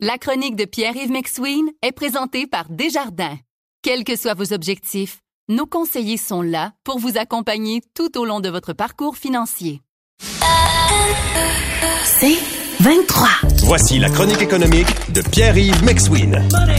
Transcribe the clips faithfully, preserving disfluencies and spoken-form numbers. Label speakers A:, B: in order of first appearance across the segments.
A: La chronique de Pierre-Yves McSween est présentée par Desjardins. Quels que soient vos objectifs, nos conseillers sont là pour vous accompagner tout au long de votre parcours financier.
B: C'est vingt-trois.
C: Voici la chronique économique de Pierre-Yves McSween.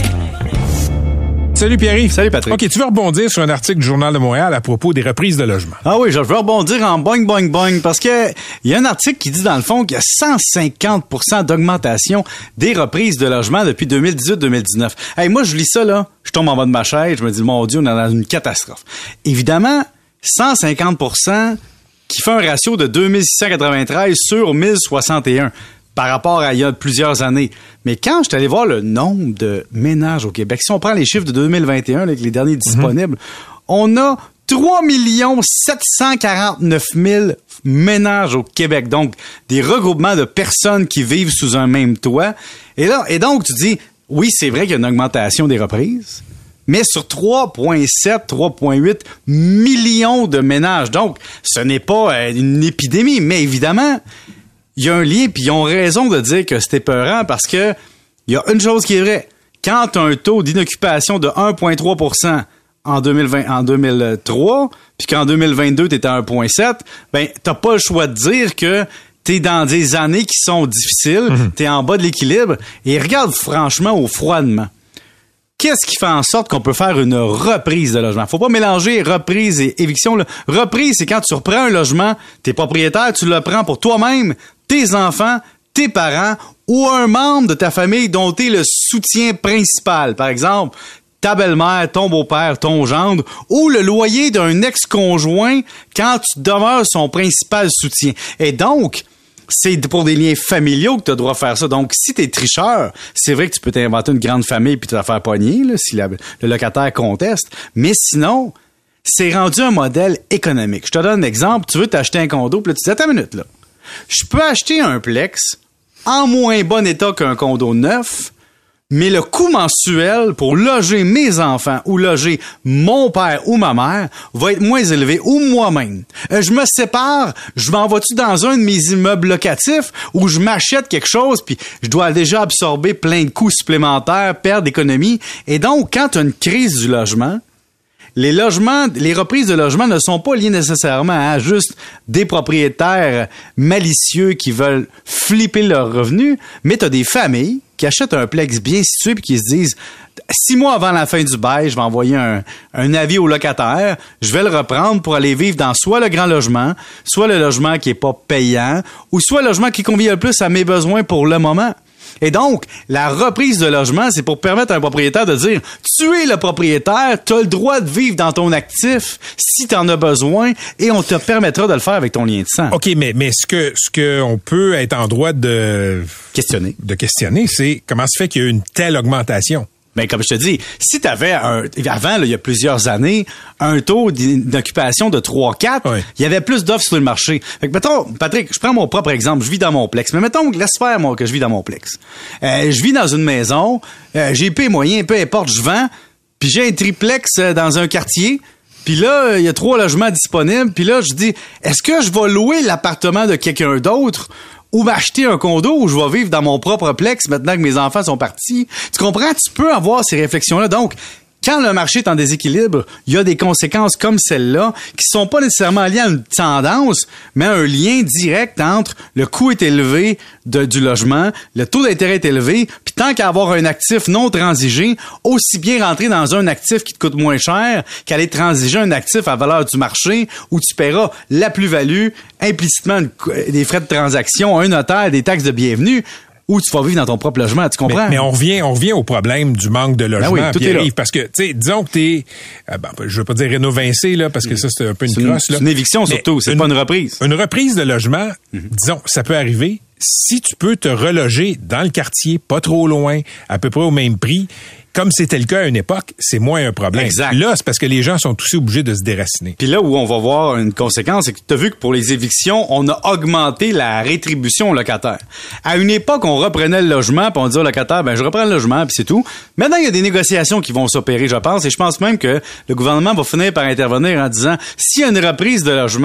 D: Salut Pierre-Yves.
E: Salut Patrick.
D: OK, tu veux rebondir sur un article du Journal de Montréal à propos des reprises de logement.
E: Ah oui, je veux rebondir en boing, boing, boing, parce que il y a un article qui dit dans le fond qu'il y a cent cinquante pour cent d'augmentation des reprises de logement depuis deux mille dix-huit deux mille dix-neuf. Hey, moi, je lis ça, là, je tombe en bas de ma chaise, je me dis, mon Dieu, on est dans une catastrophe. Évidemment, cent cinquante pour cent qui fait un ratio de deux mille six cent quatre-vingt-treize sur mille soixante et un. Par rapport à il y a plusieurs années. Mais quand je suis allé voir le nombre de ménages au Québec, si on prend les chiffres de deux mille vingt et un, avec les derniers disponibles, mm-hmm. on a trois millions sept cent quarante-neuf mille ménages au Québec. Donc, des regroupements de personnes qui vivent sous un même toit. Et là, et donc, tu dis, oui, c'est vrai qu'il y a une augmentation des reprises, mais sur trois virgule sept, trois virgule huit millions de ménages. Donc, ce n'est pas une épidémie, mais évidemment, il y a un lien, puis ils ont raison de dire que c'est épeurant parce que il y a une chose qui est vraie. Quand tu as un taux d'inoccupation de un virgule trois pour cent en deux mille vingt, en deux mille trois, puis qu'en deux mille vingt-deux, tu es à un virgule sept, ben t'as pas le choix de dire que t'es dans des années qui sont difficiles, mm-hmm. t'es en bas de l'équilibre, et regarde franchement au froidement. Qu'est-ce qui fait en sorte qu'on peut faire une reprise de logement? Faut pas mélanger reprise et éviction. Là. Reprise, c'est quand tu reprends un logement, t'es propriétaire, tu le prends pour toi-même, tes enfants, tes parents ou un membre de ta famille dont t'es le soutien principal. Par exemple, ta belle-mère, ton beau-père, ton gendre ou le loyer d'un ex-conjoint quand tu demeures son principal soutien. Et donc, c'est pour des liens familiaux que tu as le droit de faire ça. Donc, si t'es tricheur, c'est vrai que tu peux t'inventer une grande famille puis te la faire pogner, là, si la, le locataire conteste. Mais sinon, c'est rendu un modèle économique. Je te donne un exemple. Tu veux t'acheter un condo, puis là, tu dis, attends une minute, là. Je peux acheter un plex en moins bon état qu'un condo neuf, mais le coût mensuel pour loger mes enfants ou loger mon père ou ma mère va être moins élevé, ou moi-même. Euh, je me sépare, je m'en vais-tu dans un de mes immeubles locatifs ou je m'achète quelque chose puis je dois déjà absorber plein de coûts supplémentaires, perdre d'économie. Et donc, quand tu as une crise du logement, les logements, les reprises de logements ne sont pas liées nécessairement à juste des propriétaires malicieux qui veulent flipper leurs revenus, mais tu as des familles qui achètent un plex bien situé puis qui se disent six mois avant la fin du bail, je vais envoyer un, un avis au locataire, je vais le reprendre pour aller vivre dans soit le grand logement, soit le logement qui est pas payant, ou soit le logement qui convient le plus à mes besoins pour le moment. Et donc, la reprise de logement, c'est pour permettre à un propriétaire de dire « Tu es le propriétaire, tu as le droit de vivre dans ton actif si tu en as besoin et on te permettra de le faire avec ton lien de sang. »
D: OK, mais, mais ce que ce que on peut être en droit de
E: questionner,
D: de questionner, c'est comment se fait qu'il y a eu une telle augmentation?
E: Ben, comme je te dis, si tu avais un, avant, là, il y a plusieurs années, un taux d'occupation de trois quatre, oui. Il y avait plus d'offres sur le marché. Fait que, mettons, Patrick, je prends mon propre exemple, je vis dans mon plex, mais mettons, laisse faire, moi, que je vis dans mon plex. Euh, je vis dans une maison, euh, j'ai payé moyen, peu importe, je vends, puis j'ai un triplex dans un quartier, puis là, il y a trois logements disponibles, puis là, je dis, est-ce que je vais louer l'appartement de quelqu'un d'autre ou m'acheter un condo où je vais vivre dans mon propre plex maintenant que mes enfants sont partis? Tu comprends? Tu peux avoir ces réflexions-là. Donc, quand le marché est en déséquilibre, il y a des conséquences comme celle-là qui sont pas nécessairement liées à une tendance, mais à un lien direct entre le coût est élevé de, du logement, le taux d'intérêt est élevé, puis tant qu'à avoir un actif non transigé, aussi bien rentrer dans un actif qui te coûte moins cher qu'aller transiger un actif à valeur du marché où tu paieras la plus-value, implicitement des frais de transaction, un notaire, des taxes de bienvenue, ou tu vas vivre dans ton propre logement, tu comprends?
D: Mais, mais on revient, on revient au problème du manque de logement. Ben oui,
E: tout est là.
D: Parce que, tu sais, disons que t'es, euh, ben, je veux pas dire rénovincé, là, parce que ça, c'est un peu une
E: c'est
D: crosse,
E: une,
D: là.
E: C'est une éviction, surtout. C'est
D: une,
E: pas une reprise.
D: Une reprise de logement, mm-hmm. disons, ça peut arriver. Si tu peux te reloger dans le quartier, pas trop loin, à peu près au même prix, comme c'était le cas à une époque, c'est moins un problème.
E: Exact.
D: Là, c'est parce que les gens sont aussi obligés de se déraciner.
E: Puis là où on va voir une conséquence, c'est que tu as vu que pour les évictions, on a augmenté la rétribution au locataire. À une époque, on reprenait le logement, puis on disait au locataire, ben je reprends le logement, puis c'est tout. Maintenant, il y a des négociations qui vont s'opérer, je pense, et je pense même que le gouvernement va finir par intervenir en disant, s'il y a une reprise de logement,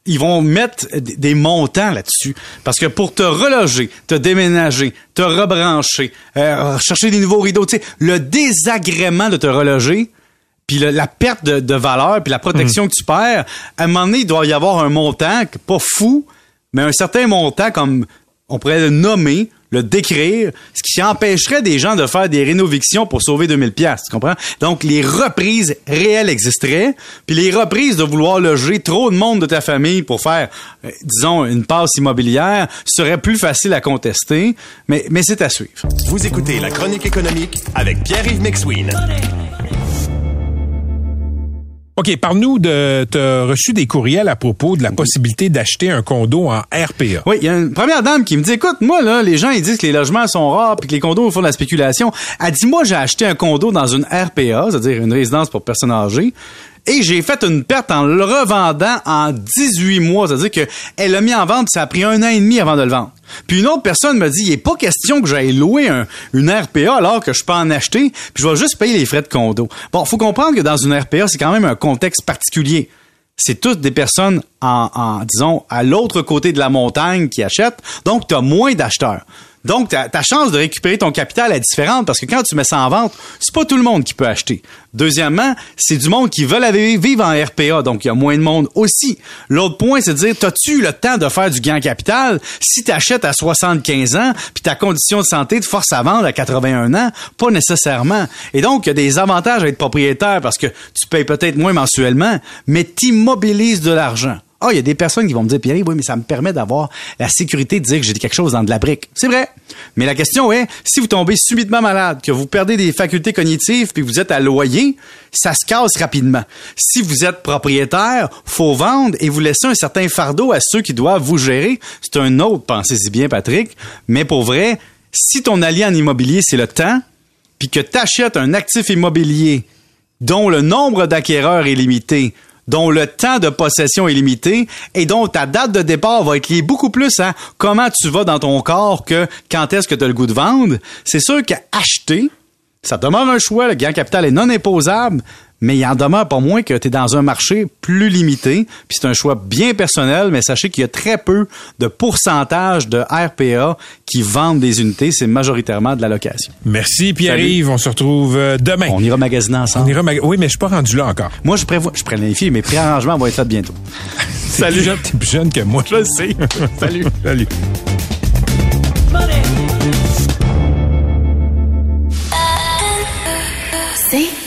E: ils vont mettre des montants là-dessus. Parce que pour te reloger, te déménager, te rebrancher, euh, chercher des nouveaux rideaux, tu sais, le désagrément de te reloger, puis le, la perte de, de valeur, puis la protection mmh. que tu perds, à un moment donné, il doit y avoir un montant, pas fou, mais un certain montant, comme on pourrait le nommer, le décrire, ce qui empêcherait des gens de faire des rénovictions pour sauver deux mille piastres, tu comprends? Donc, les reprises réelles existeraient, puis les reprises de vouloir loger trop de monde de ta famille pour faire, euh, disons, une passe immobilière seraient plus faciles à contester, mais, mais c'est à suivre.
C: Vous écoutez La Chronique économique avec Pierre-Yves McSween.
D: OK, parle-nous de... Tu as reçu des courriels à propos de la possibilité d'acheter un condo en R P A.
E: Oui, il y a une première dame qui me dit, écoute, moi, là, les gens, ils disent que les logements sont rares puis que les condos font de la spéculation. Elle dit, moi, j'ai acheté un condo dans une R P A, c'est-à-dire une résidence pour personnes âgées, et j'ai fait une perte en le revendant en dix-huit mois. C'est-à-dire qu'elle l'a mis en vente, ça a pris un an et demi avant de le vendre. Puis une autre personne me dit, il n'est pas question que j'aille louer un, une R P A alors que je peux en acheter, puis je vais juste payer les frais de condo. Bon, faut comprendre que dans une R P A, c'est quand même un contexte particulier. C'est toutes des personnes en, en disons, à l'autre côté de la montagne qui achètent, donc tu as moins d'acheteurs. Donc, ta, ta chance de récupérer ton capital est différente parce que quand tu mets ça en vente, c'est pas tout le monde qui peut acheter. Deuxièmement, c'est du monde qui veut la vivre en R P A, donc il y a moins de monde aussi. L'autre point, c'est de dire, t'as-tu le temps de faire du gain capital si tu achètes à soixante-quinze ans puis ta condition de santé te force à vendre à quatre-vingt-un ans? Pas nécessairement. Et donc, il y a des avantages à être propriétaire parce que tu payes peut-être moins mensuellement, mais t'immobilises de l'argent. Ah, oh, il y a des personnes qui vont me dire, Pierre, oui, mais ça me permet d'avoir la sécurité de dire que j'ai quelque chose dans de la brique. C'est vrai. Mais la question est, si vous tombez subitement malade, que vous perdez des facultés cognitives puis vous êtes à loyer, ça se casse rapidement. Si vous êtes propriétaire, faut vendre et vous laisser un certain fardeau à ceux qui doivent vous gérer. C'est un autre, pensez-y bien, Patrick. Mais pour vrai, si ton allié en immobilier, c'est le temps, puis que tu achètes un actif immobilier dont le nombre d'acquéreurs est limité, dont le temps de possession est limité et dont ta date de départ va être liée beaucoup plus à comment tu vas dans ton corps que quand est-ce que tu as le goût de vendre, c'est sûr qu'acheter, ça demeure un choix, le gain capital est non imposable, mais il en demeure pas moins que tu es dans un marché plus limité, puis c'est un choix bien personnel, mais sachez qu'il y a très peu de pourcentage de R P A qui vendent des unités, c'est majoritairement de la location.
D: Merci Pierre-Yves, on se retrouve demain.
E: On ira magasiner ensemble.
D: On ira mag- oui, mais je suis pas rendu là encore.
E: Moi, je prévois, je planifie, mes préarrangements vont être faits bientôt.
D: Salut. T'es plus, t'es plus jeune que moi.
E: Je le sais. Salut.
D: Salut.
B: C'est